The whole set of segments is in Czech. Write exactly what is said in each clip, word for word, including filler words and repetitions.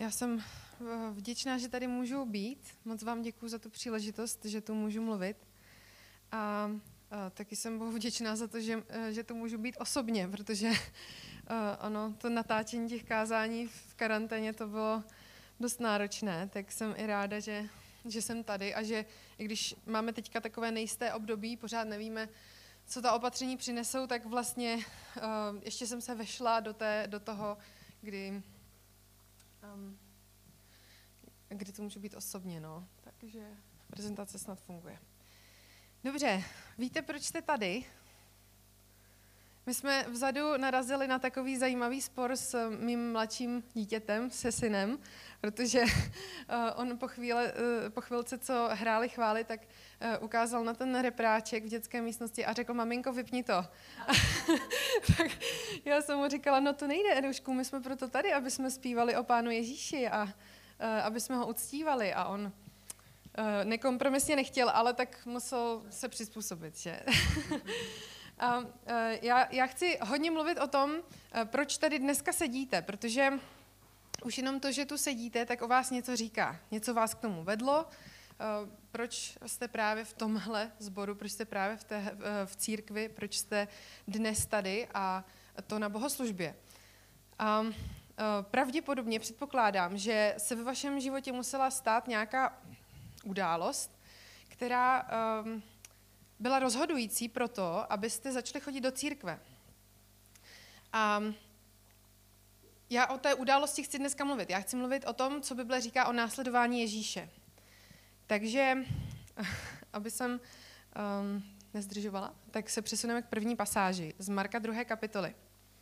Já jsem vděčná, že tady můžu být. Moc vám děkuji za tu příležitost, že tu můžu mluvit. A, a taky jsem Bohu vděčná za to, že, že tu můžu být osobně, protože ono, to natáčení těch kázání v karanténě, to bylo dost náročné, tak jsem i ráda, že, že jsem tady a že i když máme teďka takové nejisté období, pořád nevíme, co ta opatření přinesou, tak vlastně uh, ještě jsem se vešla do, té, do toho, kdy, um, kdy to může být osobně, no. Takže prezentace snad funguje. Dobře, víte, proč jste tady? My jsme vzadu narazili na takový zajímavý spor s mým mladším dítětem, se synem, protože uh, on po, chvíle, uh, po chvilce, co hráli chvály, tak uh, ukázal na ten repráček v dětské místnosti a řekl, maminko, vypni to. Tak já jsem mu říkala, no to nejde, Edušku, my jsme proto tady, aby jsme zpívali o Pánu Ježíši a uh, aby jsme ho uctívali. A on uh, nekompromisně nechtěl, ale tak musel se přizpůsobit, že? A uh, já, já chci hodně mluvit o tom, uh, proč tady dneska sedíte, protože už jenom to, že tu sedíte, tak o vás něco říká. Něco vás k tomu vedlo, uh, proč jste právě v tomhle sboru, proč jste právě v, té, uh, v církvi, proč jste dnes tady a to na bohoslužbě. A uh, pravděpodobně předpokládám, že se ve vašem životě musela stát nějaká událost, která um, byla rozhodující pro to, abyste začali chodit do církve. A já o té události chci dneska mluvit. Já chci mluvit o tom, co Bible říká o následování Ježíše. Takže, aby jsem um, nezdržovala, tak se přesuneme k první pasáži z Marka druhé kapitoly.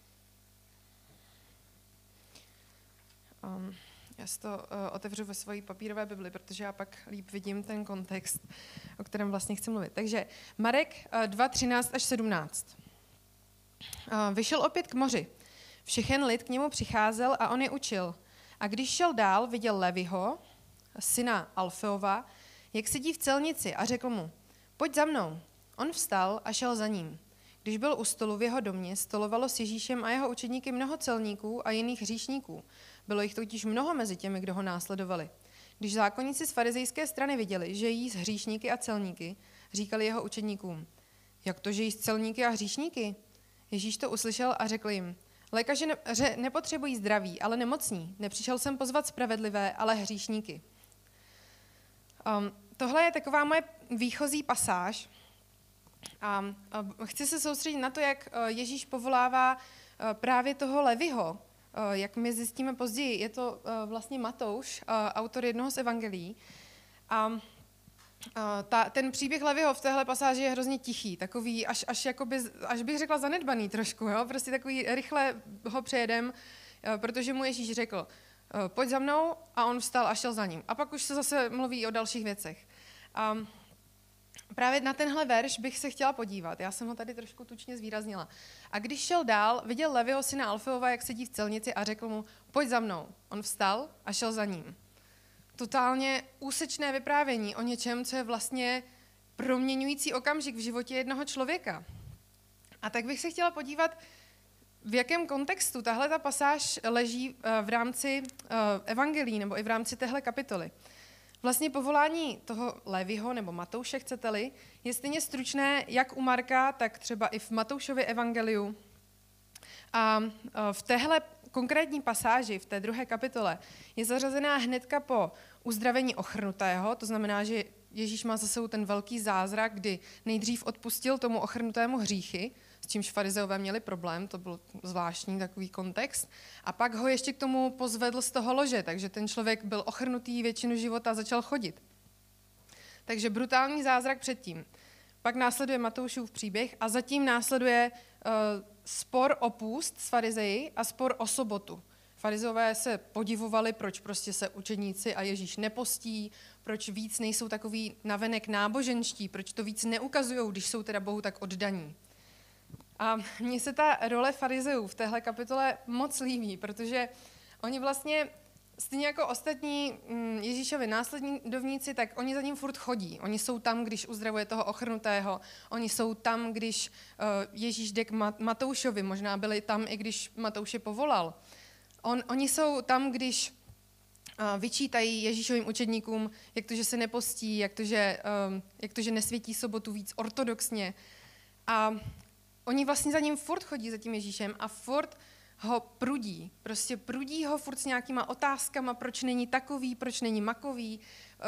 Um, Já si to uh, otevřu ve své papírové Bibli, protože já pak líp vidím ten kontext, o kterém vlastně chci mluvit. Takže Marek uh, dva, třináct až sedmnáct. Uh, vyšel opět k moři. Všechen lid k němu přicházel a on je učil. A když šel dál, viděl Leviho, syna Alfeova, jak sedí v celnici a řekl mu, pojď za mnou. On vstal a šel za ním. Když byl u stolu v jeho domě, stolovalo s Ježíšem a jeho učedníky mnoho celníků a jiných hříšníků. Bylo jich totiž mnoho mezi těmi, kdo ho následovali. Když zákonníci z farizejské strany viděli, že jí s hříšníky a celníky, říkali jeho učedníkům, jak to, že jí s celníky a hříšníky? Ježíš to uslyšel a řekl jim, lékaři ne- nepotřebují zdraví, ale nemocní. Nepřišel jsem pozvat spravedlivé, ale hříšníky. Um, tohle je taková moje výchozí pasáž. A, a chci se soustředit na to, jak Ježíš povolává právě toho Leviho. Jak my zjistíme později, je to vlastně Matouš, autor jednoho z evangelií. A ta, ten příběh Leviho v téhle pasáži je hrozně tichý, takový, až, až, jakoby, až bych řekla zanedbaný trošku, jo? Prostě takový rychle ho přejedem, protože mu Ježíš řekl, pojď za mnou, a on vstal a šel za ním. A pak už se zase mluví o dalších věcech. A právě na tenhle verš bych se chtěla podívat. Já jsem ho tady trošku tučně zvýraznila. A když šel dál, viděl Leviho syna Alfeova, jak sedí v celnici a řekl mu, pojď za mnou. On vstal a šel za ním. Totálně úsečné vyprávění o něčem, co je vlastně proměňující okamžik v životě jednoho člověka. A tak bych se chtěla podívat, v jakém kontextu tahle ta pasáž leží v rámci evangelií nebo i v rámci téhle kapitoly. Vlastně povolání toho Leviho, nebo Matouše, chcete-li, je stejně stručné jak u Marka, tak třeba i v Matoušově evangeliu. A v téhle konkrétní pasáži, v té druhé kapitole, je zařazená hnedka po uzdravení ochrnutého, to znamená, že Ježíš má za sebou ten velký zázrak, kdy nejdřív odpustil tomu ochrnutému hříchy, s čímž farizeové měli problém, to byl zvláštní takový kontext, a pak ho ještě k tomu pozvedl z toho lože, takže ten člověk byl ochrnutý většinu života a začal chodit. Takže brutální zázrak předtím. Pak následuje Matoušův příběh a zatím následuje uh, spor o půst s farizeji a spor o sobotu. Farizeové se podivovali, proč prostě se učedníci a Ježíš nepostí, proč víc nejsou takový navenek náboženští, proč to víc neukazujou, když jsou teda Bohu tak oddaní. A mně se ta role farizeů v téhle kapitole moc líbí, protože oni vlastně, stejně jako ostatní Ježíšovi následovníci, tak oni za ním furt chodí. Oni jsou tam, když uzdravuje toho ochrnutého, oni jsou tam, když Ježíš jde k Matoušovi, možná byli tam, i když Matouše povolal. On, oni jsou tam, když vyčítají Ježíšovým učedníkům, jak to, že se nepostí, jak to, že, jak to, že nesvětí sobotu víc ortodoxně. A oni vlastně za ním furt chodí, za tím Ježíšem a furt ho prudí. Prostě prudí ho furt s nějakýma otázkama, proč není takový, proč není makový.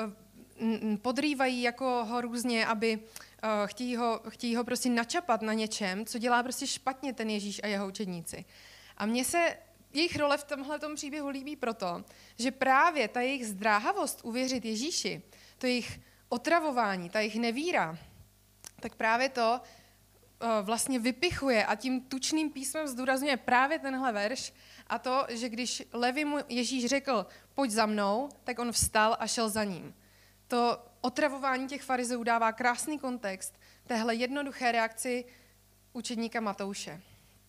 Podrývají jako ho různě, aby chtějí ho, chtějí ho prostě načapat na něčem, co dělá prostě špatně ten Ježíš a jeho učedníci. A mně se jejich role v tomhletom příběhu líbí proto, že právě ta jejich zdráhavost uvěřit Ježíši, to jejich otravování, ta jejich nevíra, tak právě to vlastně vypichuje a tím tučným písmem zdůrazňuje právě tenhle verš a to, že když Levi mu Ježíš řekl, pojď za mnou, tak on vstal a šel za ním. To otravování těch farizeů dává krásný kontext téhle jednoduché reakci učedníka Matouše.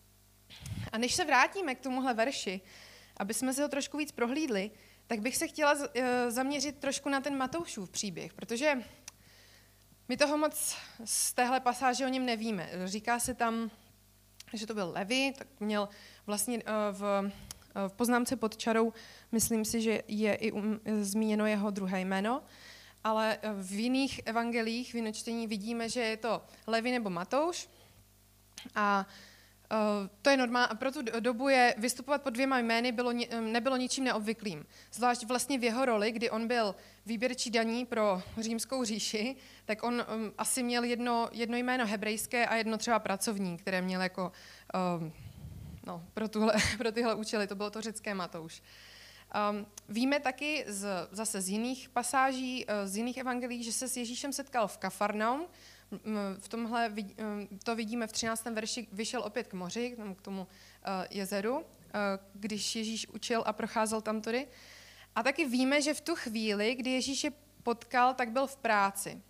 A než se vrátíme k tomuhle verši, aby jsme si ho trošku víc prohlídli, tak bych se chtěla zaměřit trošku na ten Matoušův příběh, protože my toho moc z téhle pasáže o něm nevíme. Říká se tam, že to byl Levi, tak měl vlastně v, v poznámce pod čarou, myslím si, že je i um, zmíněno jeho druhé jméno, ale v jiných evangelích, v jiném čtení vidíme, že je to Levi nebo Matouš. A Uh, to je normální a pro tu dobu je vystupovat pod dvěma jmény bylo, nebylo ničím neobvyklým. Zvlášť vlastně v jeho roli, kdy on byl výběrčí daní pro římskou říši, tak on um, asi měl jedno, jedno jméno hebrejské a jedno třeba pracovní, které měl jako um, no, pro, tuhle, pro tyhle účely, to bylo to řecké Matouš. Um, víme taky z, zase z jiných pasáží, z jiných evangelií, že se s Ježíšem setkal v Kafarnaum. V tomhle to vidíme v třináctém verši, vyšel opět k moři, k tomu jezeru, když Ježíš učil a procházel tam tudy. A taky víme, že v tu chvíli, kdy Ježíš je potkal, tak byl v práci.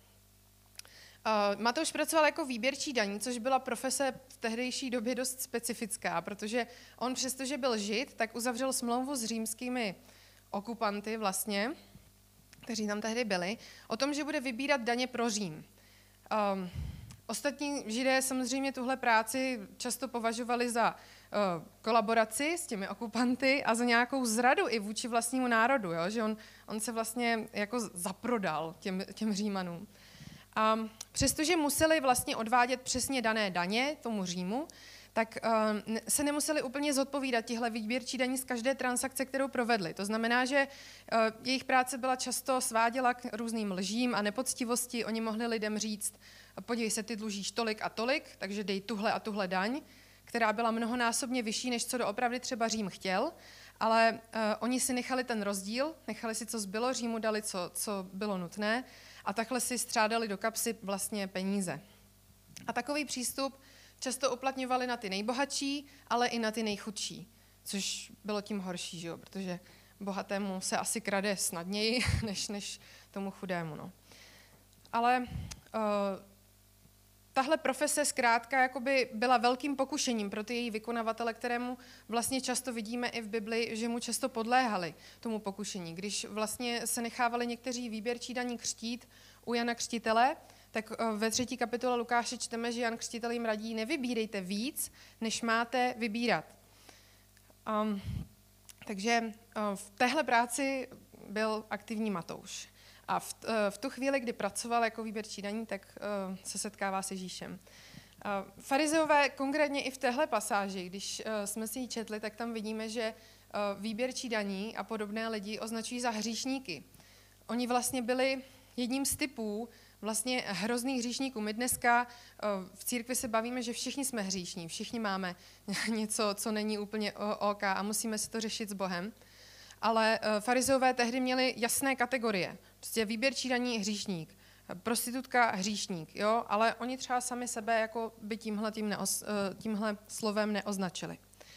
Matouš pracoval jako výběrčí daní, což byla profese v tehdejší době dost specifická, protože on přestože byl Žid, tak uzavřel smlouvu s římskými okupanty vlastně, kteří tam tehdy byli, o tom, že bude vybírat daně pro Řím. Um, ostatní Židé samozřejmě tuhle práci často považovali za uh, kolaboraci s těmi okupanty a za nějakou zradu i vůči vlastnímu národu, jo? Že on, on se vlastně jako zaprodal těm, těm Římanům. A přestože museli vlastně odvádět přesně dané daně tomu Římu, tak uh, se nemuseli úplně zodpovídat tihle výběrčí daní z každé transakce, kterou provedli. To znamená, že uh, jejich práce byla často sváděla k různým lžím a nepoctivosti. Oni mohli lidem říct, podívej se, ty dlužíš tolik a tolik, takže dej tuhle a tuhle daň, která byla mnohonásobně vyšší, než co doopravdy třeba Řím chtěl, ale uh, oni si nechali ten rozdíl, nechali si, co zbylo, Římu dali, co, co bylo nutné a takhle si střádali do kapsy vlastně peníze. A takový přístup často uplatňovali na ty nejbohatší, ale i na ty nejchudší, což bylo tím horší, že jo? Protože bohatému se asi krade snadněji, než, než tomu chudému. No. Ale uh, tahle profese zkrátka jakoby byla velkým pokušením pro ty její vykonavatele, kterému vlastně často vidíme i v Bibli, že mu často podléhali tomu pokušení. Když vlastně se nechávali někteří výběrčí daní křtít u Jana Křtitele, tak ve třetí kapitole Lukáše čteme, že Jan Křtitel jim radí, nevybírejte víc, než máte vybírat. Um, takže uh, v téhle práci byl aktivní Matouš. A v, uh, v tu chvíli, kdy pracoval jako výběrčí daní, tak uh, se setkává s Ježíšem. Uh, farizeové konkrétně i v téhle pasáži, když uh, jsme si ji četli, tak tam vidíme, že uh, výběrčí daní a podobné lidi označují za hříšníky. Oni vlastně byli jedním z typů vlastně hrozných hříšníků. My dneska v církvi se bavíme, že všichni jsme hříšní, všichni máme něco, co není úplně OK a musíme si to řešit s Bohem. Ale farizeové tehdy měli jasné kategorie. Prostě výběrčí daní hříšník, prostitutka hříšník, jo? Ale oni třeba sami sebe jako by tímhle, tím neoz, tímhle slovem neoznačili.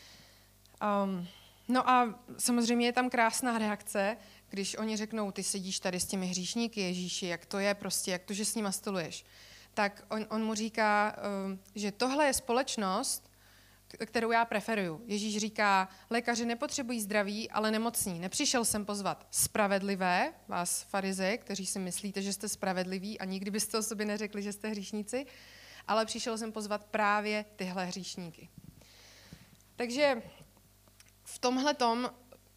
Um, no a samozřejmě je tam krásná reakce, když oni řeknou, ty sedíš tady s těmi hříšníky, Ježíši, jak to je prostě, jak to, že s nima stoluješ. Tak on, on mu říká, že tohle je společnost, kterou já preferuju. Ježíš říká, lékaři nepotřebují zdraví, ale nemocní. Nepřišel jsem pozvat spravedlivé, vás farizeje, kteří si myslíte, že jste spravedliví a nikdy byste o sobě neřekli, že jste hříšníci, ale přišel jsem pozvat právě tyhle hříšníky. Takže v tomhletom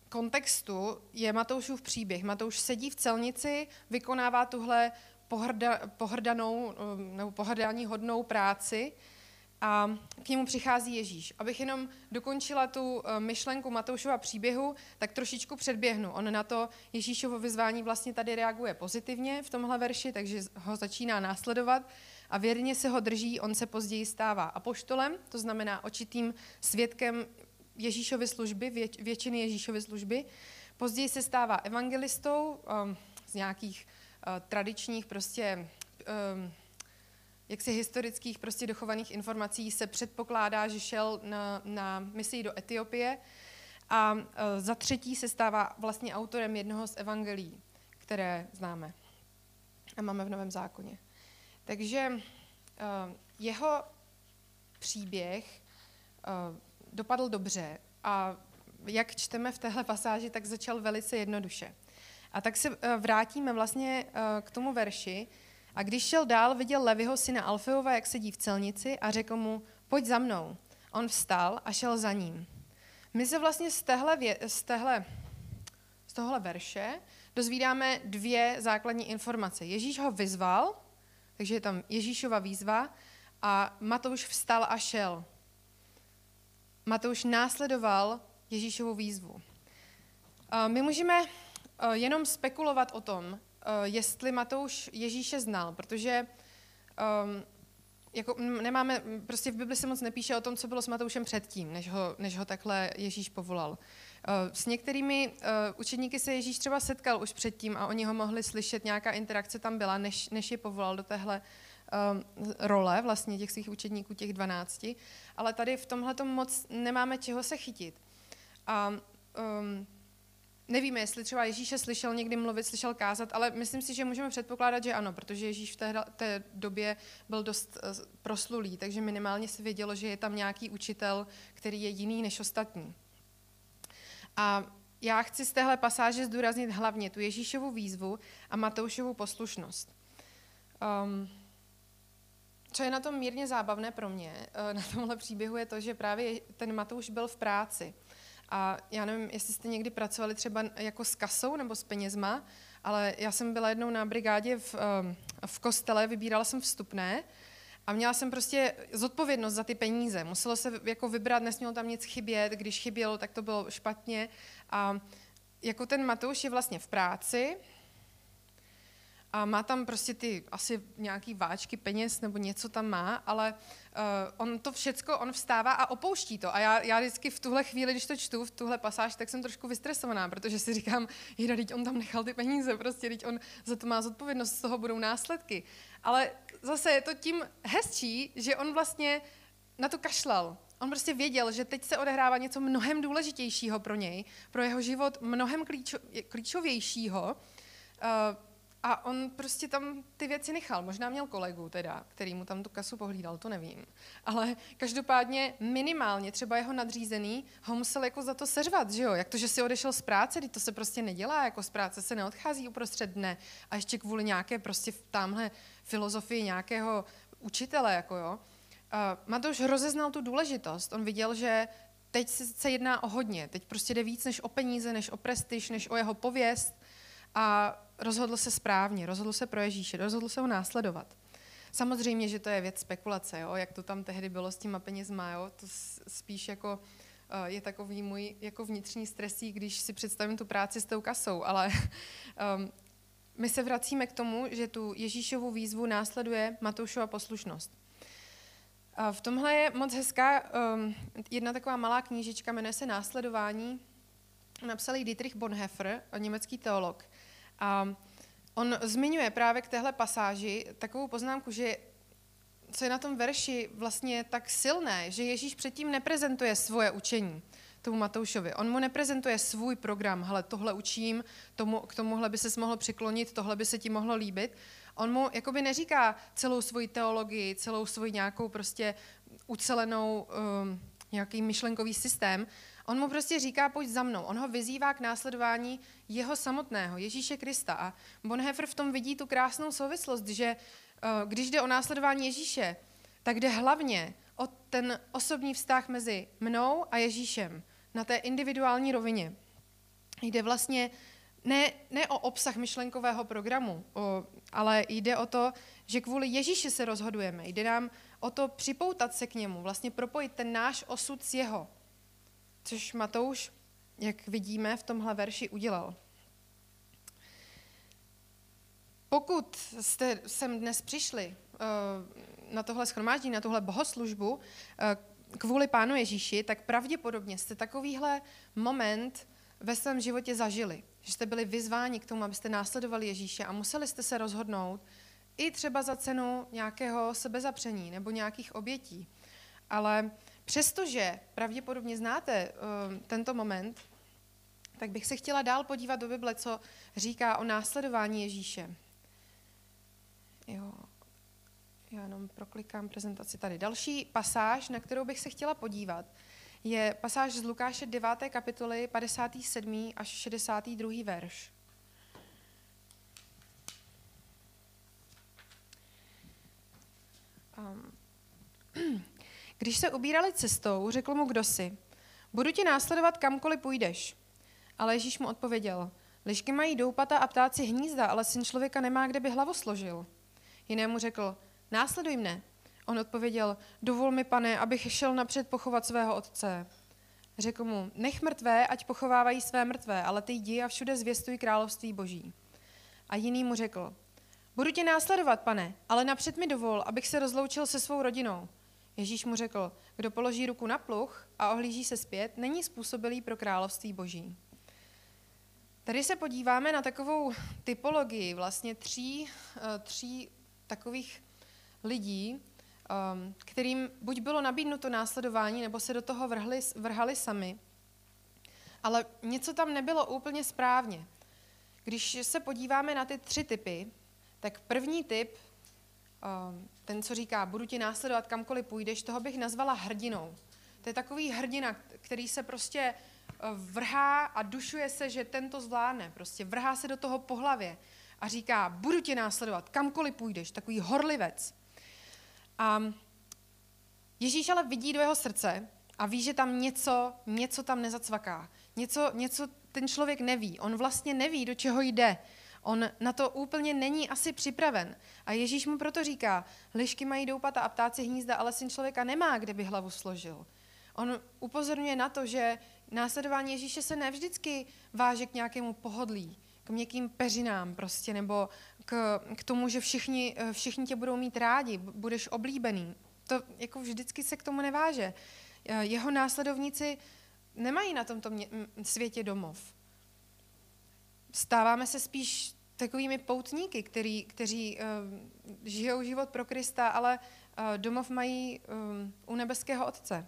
kontextu je Matoušův příběh. Matouš sedí v celnici, vykonává tuhle pohrda, pohrdanou nebo pohrdání hodnou práci a k němu přichází Ježíš. Abych jenom dokončila tu myšlenku Matoušova příběhu, tak trošičku předběhnu. On na to Ježíšovo vyzvání vlastně tady reaguje pozitivně v tomhle verši, takže ho začíná následovat a věrně se ho drží, on se později stává apoštolem, to znamená očitým svědkem Ježíšovy služby, vě, většiny Ježíšovy služby. Později se stává evangelistou um, z nějakých uh, tradičních prostě um, jaksi historických prostě dochovaných informací se předpokládá, že šel na, na misi do Etiopie a uh, za třetí se stává vlastně autorem jednoho z evangelií, které známe a máme v Novém zákoně. Takže uh, jeho příběh uh, dopadl dobře a jak čteme v téhle pasáži, tak začal velice jednoduše. A tak se vrátíme vlastně k tomu verši. A když šel dál, viděl Leviho, syna Alfeova, jak sedí v celnici a řekl mu, pojď za mnou. On vstal a šel za ním. My se vlastně z, téhle, z, téhle, z tohle verše dozvídáme dvě základní informace. Ježíš ho vyzval, takže je tam Ježíšova výzva a Matouš vstal a šel. Matouš následoval Ježíšovu výzvu. My můžeme jenom spekulovat o tom, jestli Matouš Ježíše znal, protože jako nemáme, prostě v Bibli se moc nepíše o tom, co bylo s Matoušem předtím, než ho, než ho takhle Ježíš povolal. S některými učedníky se Ježíš třeba setkal už předtím a oni ho mohli slyšet, nějaká interakce tam byla, než, než je povolal do téhle role vlastně těch svých učedníků, těch dvanácti, ale tady v tomhletom moc nemáme čeho se chytit. A um, nevíme, jestli třeba Ježíše slyšel někdy mluvit, slyšel kázat, ale myslím si, že můžeme předpokládat, že ano, protože Ježíš v té, té době byl dost uh, proslulý, takže minimálně se vědělo, že je tam nějaký učitel, který je jiný než ostatní. A já chci z téhle pasáže zdůraznit hlavně tu Ježíšovu výzvu a Matoušovu poslušnost. Um, Co je na tom mírně zábavné pro mě, na tomhle příběhu, je to, že právě ten Matouš byl v práci. A já nevím, jestli jste někdy pracovali třeba jako s kasou nebo s penězma, ale já jsem byla jednou na brigádě v, v kostele, vybírala jsem vstupné a měla jsem prostě zodpovědnost za ty peníze. Muselo se jako vybrat, nesmělo tam nic chybět, když chybělo, tak to bylo špatně. A jako ten Matouš je vlastně v práci, a má tam prostě ty asi nějaký váčky peněz nebo něco tam má, ale uh, on to všecko, on vstává a opouští to. A já, já vždycky v tuhle chvíli, když to čtu, v tuhle pasáž, tak jsem trošku vystresovaná, protože si říkám, jde, teď on tam nechal ty peníze, prostě teď on za to má zodpovědnost, z toho budou následky. Ale zase je to tím hezčí, že on vlastně na to kašlal. On prostě věděl, že teď se odehrává něco mnohem důležitějšího pro něj, pro jeho život mnohem klíčo, klíčovějšího, uh, a on prostě tam ty věci nechal. Možná měl kolegu teda, který mu tam tu kasu pohlídal, to nevím. Ale každopádně minimálně třeba jeho nadřízený ho musel jako za to seřvat, že jo? Jak to, že si odešel z práce, teď to se prostě nedělá, jako z práce se neodchází uprostřed dne a ještě kvůli nějaké prostě tamhle filozofii nějakého učitele, jako jo. Uh, Matouš rozeznal tu důležitost. On viděl, že teď se jedná o hodně. Teď prostě jde víc než o peníze, než o prestiž, než o jeho pověst. A rozhodl se správně, rozhodl se pro Ježíše, rozhodl se ho následovat. Samozřejmě, že to je věc spekulace, jo? Jak to tam tehdy bylo s těma penězma, jo? To spíš jako uh, je takový můj jako vnitřní stresík, když si představím tu práci s tou kasou, ale um, my se vracíme k tomu, že tu Ježíšovu výzvu následuje Matoušova poslušnost. Uh, v tomhle je moc hezká um, jedna taková malá knížička, jmenuje se Následování. Napsal ji Dietrich Bonhoeffer, německý teolog. A on zmiňuje právě k téhle pasáži takovou poznámku, že co je na tom verši vlastně tak silné, že Ježíš předtím neprezentuje svoje učení tomu Matoušovi. On mu neprezentuje svůj program, hele, tohle učím, tomu, k tomuhle by ses mohl přiklonit, tohle by se ti mohlo líbit. On mu jakoby neříká celou svoji teologii, celou svoji nějakou prostě ucelenou um, nějaký myšlenkový systém. On mu prostě říká, pojď za mnou. On ho vyzývá k následování jeho samotného, Ježíše Krista. A Bonhoeffer v tom vidí tu krásnou souvislost, že uh, když jde o následování Ježíše, tak jde hlavně o ten osobní vztah mezi mnou a Ježíšem na té individuální rovině. Jde vlastně ne, ne o obsah myšlenkového programu, o, ale jde o to, že kvůli Ježíši se rozhodujeme. Jde nám o to připoutat se k němu, vlastně propojit ten náš osud s jeho. Což Matouš, jak vidíme, v tomhle verši udělal. Pokud jste sem dnes přišli uh, na tohle shromáždění, na tuhle bohoslužbu uh, kvůli Pánu Ježíši, tak pravděpodobně jste takovýhle moment ve svém životě zažili. Že jste byli vyzváni k tomu, abyste následovali Ježíše a museli jste se rozhodnout i třeba za cenu nějakého sebezapření nebo nějakých obětí. Ale přestože pravděpodobně znáte uh, tento moment, tak bych se chtěla dál podívat do Bible, co říká o následování Ježíše. Jo, já jenom proklikám prezentaci tady. Další pasáž, na kterou bych se chtěla podívat, je pasáž z Lukáše deváté kapitoly padesátý sedmý až šedesátý druhý verš. Um. Když se ubírali cestou, řekl mu kdosi, budu tě následovat kamkoliv půjdeš. Ale Ježíš mu odpověděl, lišky mají doupata a ptáci hnízda, ale syn člověka nemá, kde by hlavu složil. Jinému řekl, následuj mne. On odpověděl, dovol mi, pane, abych šel napřed pochovat svého otce. Řekl mu, nech mrtvé, ať pochovávají své mrtvé, ale ty jdi a všude zvěstuj království boží. A jiný mu řekl, budu tě následovat, pane, ale napřed mi dovol, abych se rozloučil se svou rodinou. Ježíš mu řekl, kdo položí ruku na pluh a ohlíží se zpět, není způsobilý pro království boží. Tady se podíváme na takovou typologii vlastně tří, tří takových lidí, kterým buď bylo nabídnuto následování, nebo se do toho vrhli, vrhali sami. Ale něco tam nebylo úplně správně. Když se podíváme na ty tři typy, tak první typ, ten, co říká, budu tě následovat kamkoliv půjdeš, toho bych nazvala hrdinou. To je takový hrdina, který se prostě vrhá a dušuje se, že ten to zvládne. Prostě vrhá se do toho po hlavě a říká, budu tě následovat, kamkoliv půjdeš, takový horlivec. A Ježíš ale vidí do jeho srdce a ví, že tam něco, něco tam nezacvaká. Něco, něco ten člověk neví. On vlastně neví, do čeho jde. On na to úplně není asi připraven. A Ježíš mu proto říká, lišky mají doupata a ptáci hnízda, ale syn člověka nemá, kde by hlavu složil. On upozorňuje na to, že následování Ježíše se nevždycky váže k nějakému pohodlí, k měkkým peřinám prostě, nebo k, k tomu, že všichni, všichni tě budou mít rádi, budeš oblíbený. To jako vždycky se k tomu neváže. Jeho následovníci nemají na tomto mě, světě domov. Stáváme se spíš takovými poutníky, který, kteří uh, žijou život pro Krista, ale uh, domov mají um, u nebeského Otce.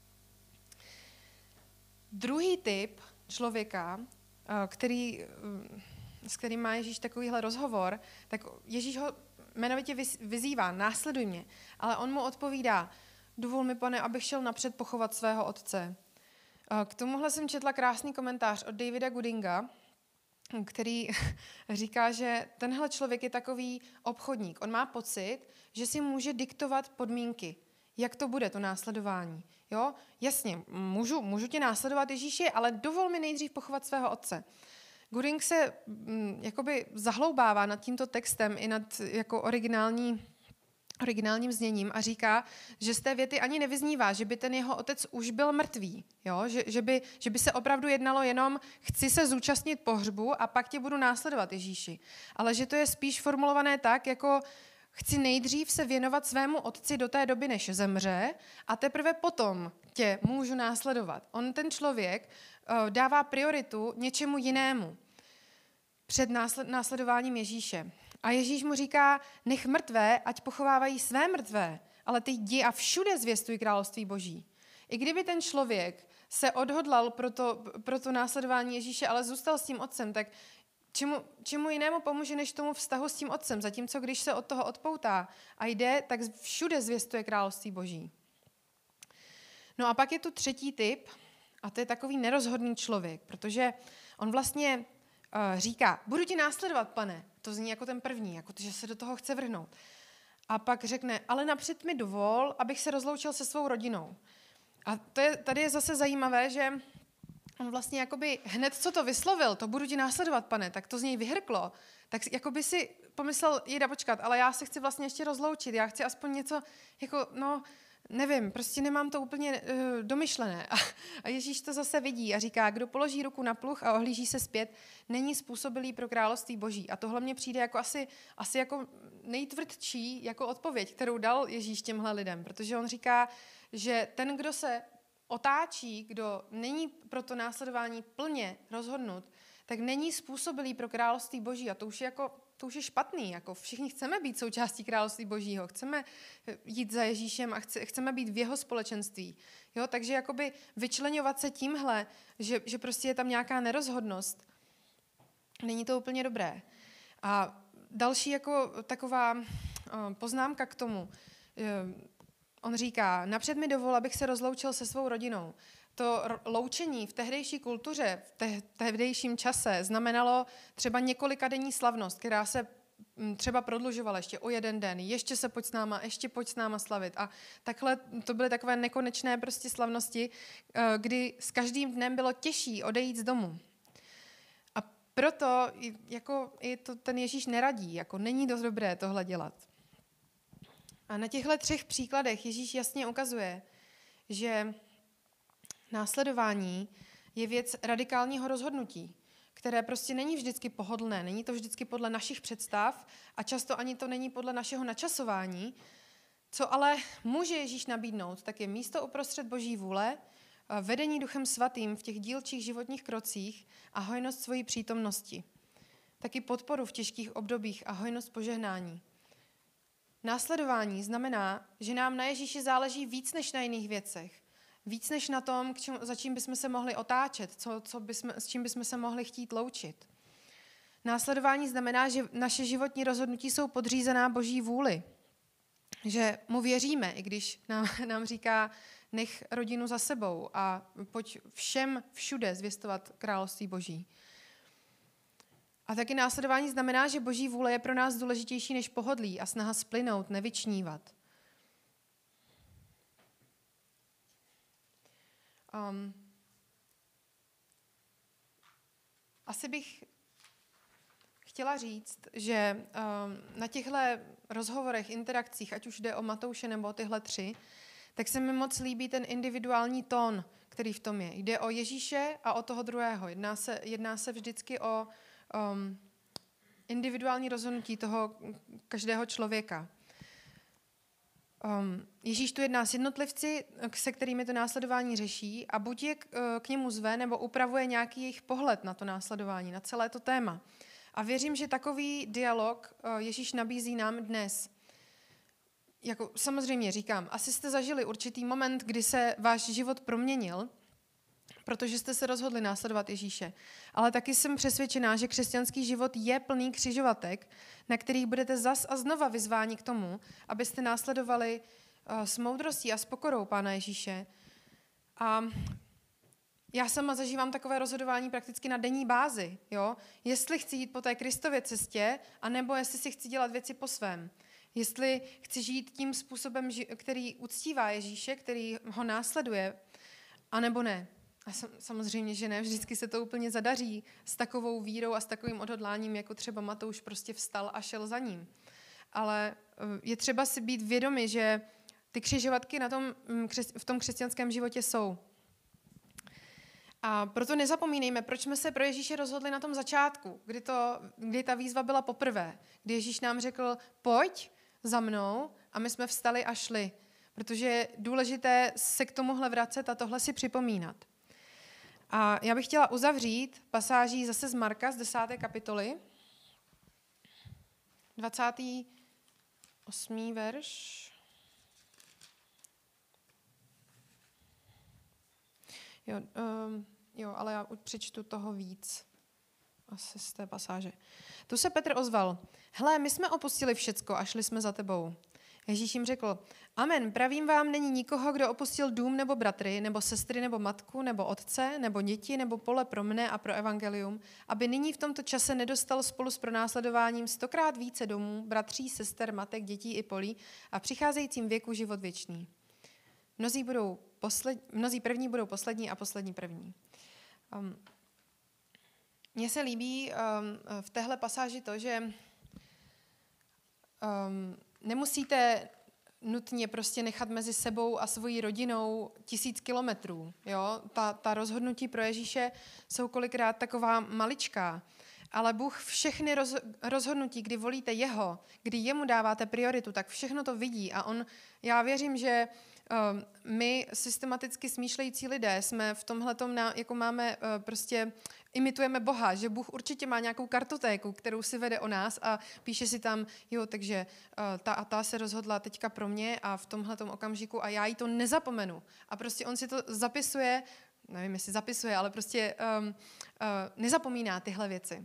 Druhý typ člověka, uh, který, uh, s kterým má Ježíš takovýhle rozhovor, tak Ježíš ho jmenovitě vyzývá, následuj mě, ale on mu odpovídá, dovol mi, pane, abych šel napřed pochovat svého otce. Uh, k tomuhle jsem četla krásný komentář od Davida Goodinga, který říká, že tenhle člověk je takový obchodník. On má pocit, že si může diktovat podmínky, jak to bude, to následování. Jo? Jasně, můžu, můžu tě následovat, Ježíši, ale dovol mi nejdřív pochovat svého otce. Gooding se m, jakoby zahloubává nad tímto textem i nad jako originální originálním zněním a říká, že z té věty ani nevyznívá, že by ten jeho otec už byl mrtvý, jo? Že, že, by, že by se opravdu jednalo jenom chci se zúčastnit pohřbu a pak tě budu následovat, Ježíši. Ale že to je spíš formulované tak, jako chci nejdřív se věnovat svému otci do té doby, než zemře a teprve potom tě můžu následovat. On, ten člověk, uh, dává prioritu něčemu jinému před násled, následováním Ježíše. A Ježíš mu říká, nech mrtvé, ať pochovávají své mrtvé, ale ty jdi a všude zvěstuj království boží. I kdyby ten člověk se odhodlal pro to, pro to následování Ježíše, ale zůstal s tím otcem, tak čemu, čemu jinému pomůže, než tomu vztahu s tím otcem? Zatímco když se od toho odpoutá a jde, tak všude zvěstuje království boží. No a pak je tu třetí typ, a to je takový nerozhodný člověk, protože on vlastně uh, říká, budu ti následovat, pane. To zní jako ten první, jako to, že se do toho chce vrhnout. A pak řekne, ale napřed mi dovol, abych se rozloučil se svou rodinou. A to je, tady je zase zajímavé, že on vlastně jakoby hned, co to vyslovil, to budu ti následovat, pane, tak to z něj vyhrklo, tak jakoby si pomyslel, jde počkat, ale já se chci vlastně ještě rozloučit, já chci aspoň něco, jako, no, nevím, prostě nemám to úplně uh, domyšlené. A, a Ježíš to zase vidí a říká, kdo položí ruku na pluh a ohlíží se zpět, není způsobilý pro království boží. A tohle mně přijde jako asi, asi jako nejtvrdší jako odpověď, kterou dal Ježíš těmhle lidem, protože on říká, že ten, kdo se otáčí, kdo není pro to následování plně rozhodnut, tak není způsobilý pro království boží. A to už je jako to už je špatný. Jako všichni chceme být součástí království božího, chceme jít za Ježíšem a chce, chceme být v jeho společenství. Jo? Takže jakoby vyčleňovat se tímhle, že, že prostě je tam nějaká nerozhodnost, není to úplně dobré. A další jako taková poznámka k tomu. On říká, napřed mi dovol, abych se rozloučil se svou rodinou. To loučení v tehdejší kultuře, v te- tehdejším čase znamenalo třeba několikadenní slavnost, která se třeba prodlužovala ještě o jeden den, ještě se pojď s náma, ještě pojď s náma slavit. A takhle to byly takové nekonečné prostě slavnosti, kdy s každým dnem bylo těžší odejít z domu. A proto jako i to ten Ježíš neradí, jako není dost dobré tohle dělat. A na těchto třech příkladech Ježíš jasně ukazuje, že následování je věc radikálního rozhodnutí, které prostě není vždycky pohodlné, není to vždycky podle našich představ a často ani to není podle našeho načasování. Co ale může Ježíš nabídnout, tak je místo uprostřed boží vůle, vedení Duchem Svatým v těch dílčích životních krocích a hojnost svojí přítomnosti. Taky podporu v těžkých obdobích a hojnost požehnání. Následování znamená, že nám na Ježíši záleží víc než na jiných věcech. Víc než na tom, k čemu, za čím bychom se mohli otáčet, co, co bychom, s čím bychom se mohli chtít loučit. Následování znamená, že naše životní rozhodnutí jsou podřízená boží vůli. Že mu věříme, i když nám, nám říká, nech rodinu za sebou a pojď všem všude zvěstovat království boží. A taky následování znamená, že boží vůle je pro nás důležitější než pohodlí a snaha splynout, nevyčnívat. Um, asi bych chtěla říct, že um, na těchto rozhovorech, interakcích, ať už jde o Matouše nebo o tyhle tři, tak se mi moc líbí ten individuální tón, který v tom je. Jde o Ježíše a o toho druhého. Jedná se, jedná se vždycky o um, individuální rozhodnutí toho každého člověka. Um, Ježíš tu jedná s jednotlivci, se kterými to následování řeší a buď je k, k němu zve, nebo upravuje nějaký jejich pohled na to následování, na celé to téma. A věřím, že takový dialog Ježíš nabízí nám dnes. Jako, samozřejmě říkám, asi jste zažili určitý moment, kdy se váš život proměnil, protože jste se rozhodli následovat Ježíše. Ale taky jsem přesvědčená, že křesťanský život je plný křižovatek, na kterých budete zas a znova vyzváni k tomu, abyste následovali uh, s moudrostí a s pokorou Pána Ježíše. A já sama zažívám takové rozhodování prakticky na denní bázi. Jo? Jestli chci jít po té Kristově cestě, anebo jestli si chci dělat věci po svém. Jestli chci žít tím způsobem, který uctívá Ježíše, který ho následuje, anebo ne. A samozřejmě, že ne, vždycky se to úplně zadaří s takovou vírou a s takovým odhodláním, jako třeba Matouš prostě vstal a šel za ním. Ale je třeba si být vědomi, že ty křižovatky na tom, v tom křesťanském životě jsou. A proto nezapomínejme, proč jsme se pro Ježíše rozhodli na tom začátku, kdy, to, kdy ta výzva byla poprvé, kdy Ježíš nám řekl, pojď za mnou, a my jsme vstali a šli. Protože je důležité se k tomuhle vracet a tohle si připomínat. A já bych chtěla uzavřít pasáží zase z Marka z desáté kapitoly, dvacátý osmý verš. Jo, um, jo, ale já už přečtu toho víc. Asi z té pasáže. Tu se Petr ozval. Hle, my jsme opustili všecko a šli jsme za tebou. Ježíš jim řekl, amen, pravím vám, není nikoho, kdo opustil dům nebo bratry, nebo sestry, nebo matku, nebo otce, nebo děti, nebo pole pro mne a pro evangelium, aby nyní v tomto čase nedostal spolu s pronásledováním stokrát více domů, bratří, sester, matek, dětí i polí a přicházejícím věku život věčný. Mnozí, budou posled... Mnozí první budou poslední a poslední první. Um, Mně se líbí um, v téhle pasáži to, že um, nemusíte nutně prostě nechat mezi sebou a svojí rodinou tisíc kilometrů. Jo? Ta, ta rozhodnutí pro Ježíše jsou kolikrát taková maličká, ale Bůh všechny roz, rozhodnutí, kdy volíte jeho, kdy jemu dáváte prioritu, tak všechno to vidí a on, já věřím, že uh, my systematicky smýšlející lidé jsme v tomhletom, na, jako máme uh, prostě, imitujeme Boha, že Bůh určitě má nějakou kartotéku, kterou si vede o nás a píše si tam, jo, takže uh, ta a ta se rozhodla teďka pro mě a v tomhletom okamžiku a já jí to nezapomenu. A prostě on si to zapisuje, nevím, jestli zapisuje, ale prostě um, uh, nezapomíná tyhle věci.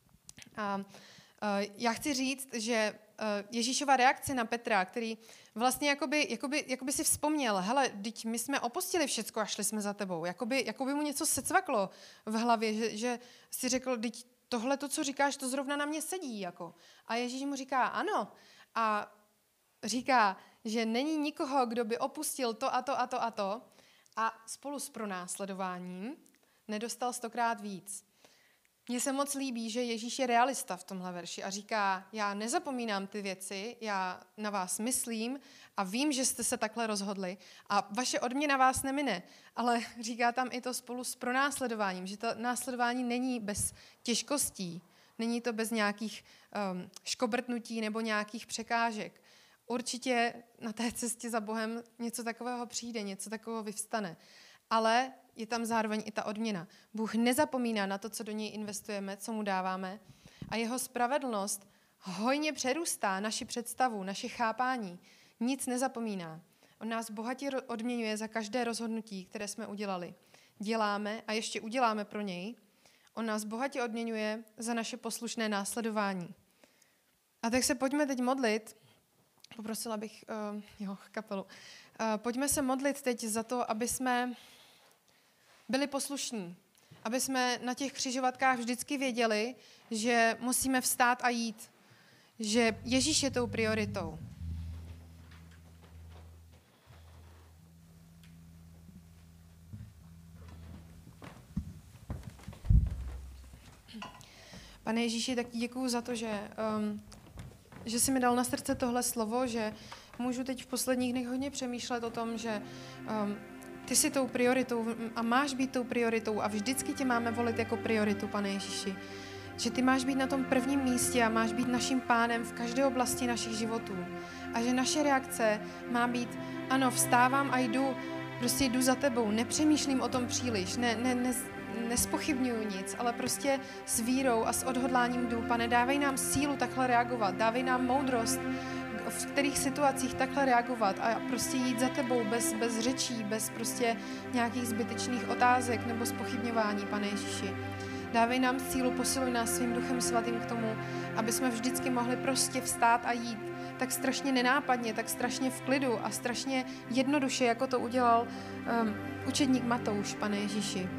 A uh, já chci říct, že uh, Ježíšova reakce na Petra, který vlastně jakoby, jakoby, jakoby si vzpomněl, hele, teď my jsme opustili všecko a šli jsme za tebou. Jakoby, jakoby mu něco secvaklo v hlavě, že, že si řekl, teď tohle, to, co říkáš, to zrovna na mě sedí. Jako. A Ježíš mu říká, ano. A říká, že není nikoho, kdo by opustil to a to a to a to a spolu s pronásledováním nedostal stokrát víc. Mně se moc líbí, že Ježíš je realista v tomhle verši a říká, já nezapomínám ty věci, já na vás myslím a vím, že jste se takhle rozhodli a vaše odměna vás nemine, ale říká tam i to spolu s pronásledováním, že to následování není bez těžkostí, není to bez nějakých um, škobrtnutí nebo nějakých překážek. Určitě na té cestě za Bohem něco takového přijde, něco takového vyvstane, ale je tam zároveň i ta odměna. Bůh nezapomíná na to, co do něj investujeme, co mu dáváme a jeho spravedlnost hojně přerůstá naši představu, naše chápání. Nic nezapomíná. On nás bohatě odměňuje za každé rozhodnutí, které jsme udělali. Děláme a ještě uděláme pro něj. On nás bohatě odměňuje za naše poslušné následování. A tak se pojďme teď modlit. Poprosila bych uh, jo, kapelu. Uh, pojďme se modlit teď za to, aby jsme byli poslušní. Aby jsme na těch křižovatkách vždycky věděli, že musíme vstát a jít. Že Ježíš je tou prioritou. Pane Ježíši, tak ti děkuju za to, že, um, že jsi mi dal na srdce tohle slovo, že můžu teď v posledních dnech hodně přemýšlet o tom, že um, ty jsi tou prioritou a máš být tou prioritou a vždycky tě máme volit jako prioritu, Pane Ježíši. Že ty máš být na tom prvním místě a máš být naším pánem v každé oblasti našich životů. A že naše reakce má být, ano, vstávám a jdu, prostě jdu za tebou, nepřemýšlím o tom příliš, ne, ne, ne, nespochybňuju nic, ale prostě s vírou a s odhodláním jdu. Pane, dávej nám sílu takhle reagovat, dávej nám moudrost, v kterých situacích takhle reagovat a prostě jít za tebou bez, bez řečí, bez prostě nějakých zbytečných otázek nebo zpochybňování, Pane Ježíši. Dávej nám sílu, posiluj nás svým Duchem Svatým k tomu, aby jsme vždycky mohli prostě vstát a jít tak strašně nenápadně, tak strašně v klidu a strašně jednoduše, jako to udělal um, učedník Matouš, Pane Ježíši.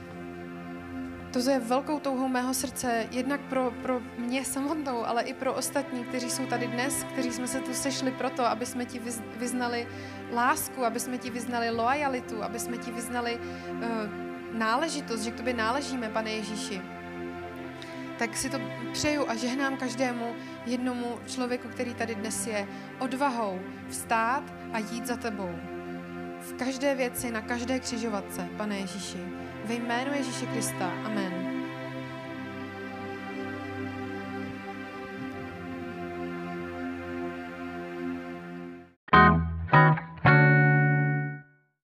To je velkou touhou mého srdce, jednak pro, pro mě samotnou, ale i pro ostatní, kteří jsou tady dnes, kteří jsme se tu sešli proto, aby jsme ti vyznali lásku, aby jsme ti vyznali loajalitu, aby jsme ti vyznali uh, náležitost, že k tobě náležíme, Pane Ježíši. Tak si to přeju a žehnám každému jednomu člověku, který tady dnes je, odvahou vstát a jít za tebou. V každé věci, na každé křižovatce, Pane Ježíši. Ve jménu Ježíše Krista. Amen.